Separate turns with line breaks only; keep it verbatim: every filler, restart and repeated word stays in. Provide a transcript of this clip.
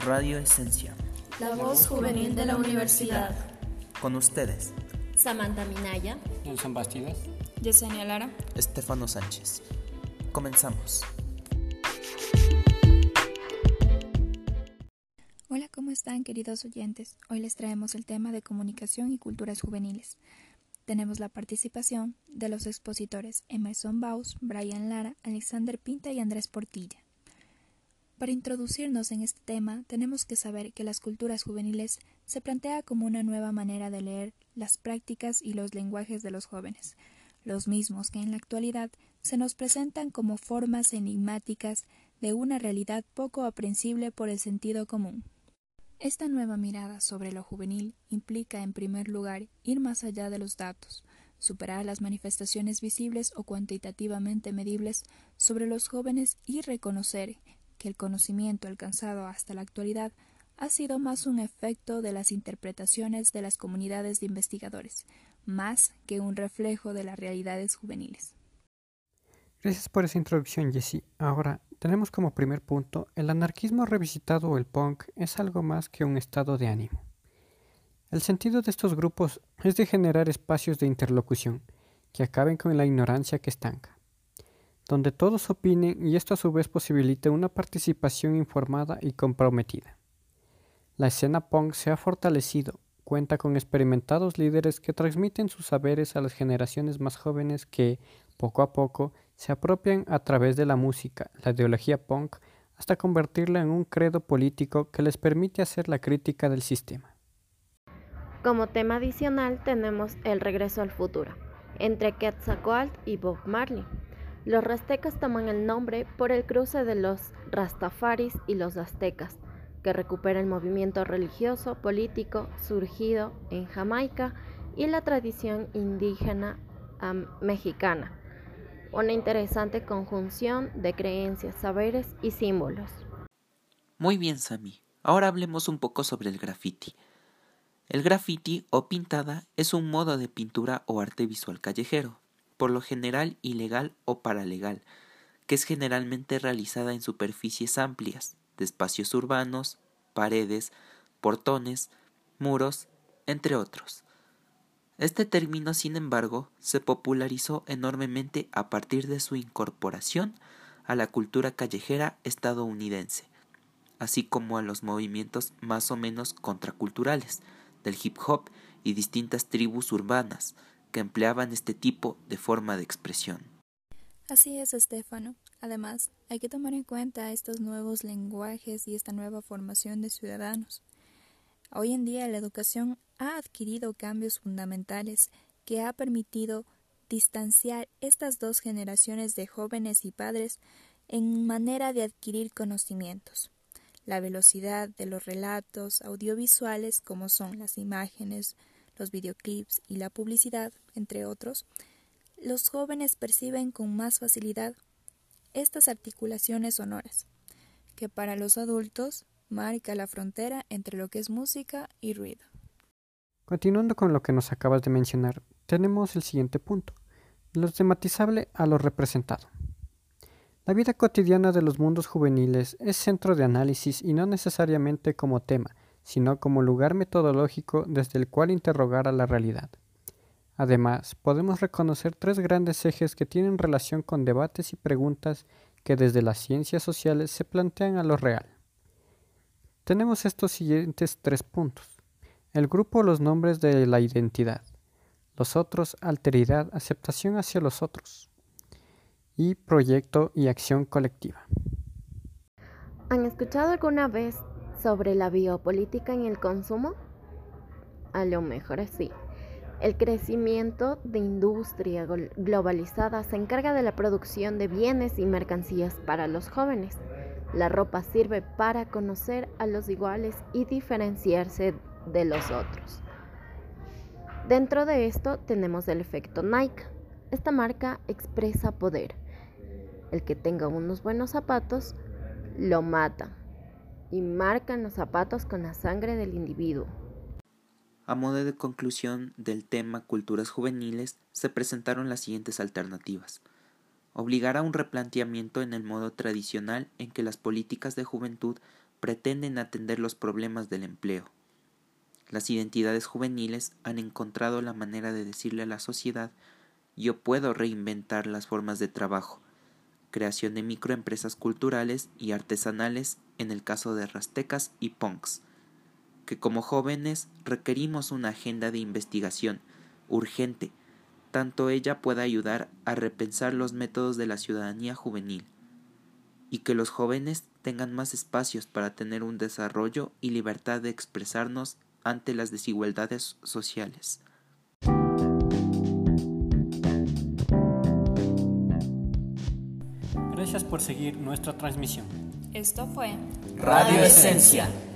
Radio Esencia,
la voz juvenil de la universidad.
Con ustedes,
Samantha Minaya,
Nelson Bastidas,
Yesenia Lara,
Estefano Sánchez. Comenzamos.
Hola, ¿cómo están, queridos oyentes? Hoy les traemos el tema de comunicación y culturas juveniles. Tenemos la participación de los expositores Emerson Baus, Brian Lara, Alexander Pinta y Andrés Portilla. Para introducirnos en este tema, tenemos que saber que las culturas juveniles se plantea como una nueva manera de leer las prácticas y los lenguajes de los jóvenes, los mismos que en la actualidad se nos presentan como formas enigmáticas de una realidad poco aprensible por el sentido común. Esta nueva mirada sobre lo juvenil implica, en primer lugar, ir más allá de los datos, superar las manifestaciones visibles o cuantitativamente medibles sobre los jóvenes y reconocer que el conocimiento alcanzado hasta la actualidad ha sido más un efecto de las interpretaciones de las comunidades de investigadores, más que un reflejo de las realidades juveniles.
Gracias por esa introducción, Jessie. Ahora, tenemos como primer punto, el anarquismo revisitado o el punk es algo más que un estado de ánimo. El sentido de estos grupos es de generar espacios de interlocución que acaben con la ignorancia que estanca, donde todos opinen y esto a su vez posibilite una participación informada y comprometida. La escena punk se ha fortalecido, cuenta con experimentados líderes que transmiten sus saberes a las generaciones más jóvenes que, poco a poco, se apropian a través de la música, la ideología punk, hasta convertirla en un credo político que les permite hacer la crítica del sistema.
Como tema adicional tenemos El regreso al futuro, entre Quetzalcóatl y Bob Marley. Los rastecas toman el nombre por el cruce de los rastafaris y los aztecas, que recupera el movimiento religioso político surgido en Jamaica y la tradición indígena um, mexicana. Una interesante conjunción de creencias, saberes y símbolos.
Muy bien, Sami. Ahora hablemos un poco sobre el graffiti. El graffiti o pintada es un modo de pintura o arte visual callejero, por lo general ilegal o paralegal, que es generalmente realizada en superficies amplias, de espacios urbanos, paredes, portones, muros, entre otros. Este término, sin embargo, se popularizó enormemente a partir de su incorporación a la cultura callejera estadounidense, así como a los movimientos más o menos contraculturales del hip hop y distintas tribus urbanas que empleaban este tipo de forma de expresión.
Así es, Estefano. Además, hay que tomar en cuenta estos nuevos lenguajes y esta nueva formación de ciudadanos. Hoy en día la educación ha adquirido cambios fundamentales que ha permitido distanciar estas dos generaciones de jóvenes y padres en manera de adquirir conocimientos. La velocidad de los relatos audiovisuales, como son las imágenes, los videoclips y la publicidad, entre otros, los jóvenes perciben con más facilidad estas articulaciones sonoras, que para los adultos marca la frontera entre lo que es música y ruido.
Continuando con lo que nos acabas de mencionar, tenemos el siguiente punto, lo tematizable a lo representado. La vida cotidiana de los mundos juveniles es centro de análisis y no necesariamente como tema, sino como lugar metodológico desde el cual interrogar a la realidad. Además, podemos reconocer tres grandes ejes que tienen relación con debates y preguntas que desde las ciencias sociales se plantean a lo real. Tenemos estos siguientes tres puntos. El grupo, los nombres de la identidad. Los otros, alteridad, aceptación hacia los otros. Y proyecto y acción colectiva.
¿Han escuchado alguna vez sobre la biopolítica en el consumo? A lo mejor sí. El crecimiento de industria globalizada se encarga de la producción de bienes y mercancías para los jóvenes. La ropa sirve para conocer a los iguales y diferenciarse de los otros. Dentro de esto tenemos el efecto Nike. Esta marca expresa poder. El que tenga unos buenos zapatos lo mata y marcan los zapatos con la sangre del individuo.
A modo de conclusión del tema culturas juveniles, se presentaron las siguientes alternativas. Obligar a un replanteamiento en el modo tradicional en que las políticas de juventud pretenden atender los problemas del empleo. Las identidades juveniles han encontrado la manera de decirle a la sociedad: yo puedo reinventar las formas de trabajo, creación de microempresas culturales y artesanales en el caso de rastecas y punks, que como jóvenes requerimos una agenda de investigación urgente, tanto ella pueda ayudar a repensar los métodos de la ciudadanía juvenil, y que los jóvenes tengan más espacios para tener un desarrollo y libertad de expresarnos ante las desigualdades sociales.
Gracias por seguir nuestra transmisión.
Esto fue
Radio Esencia.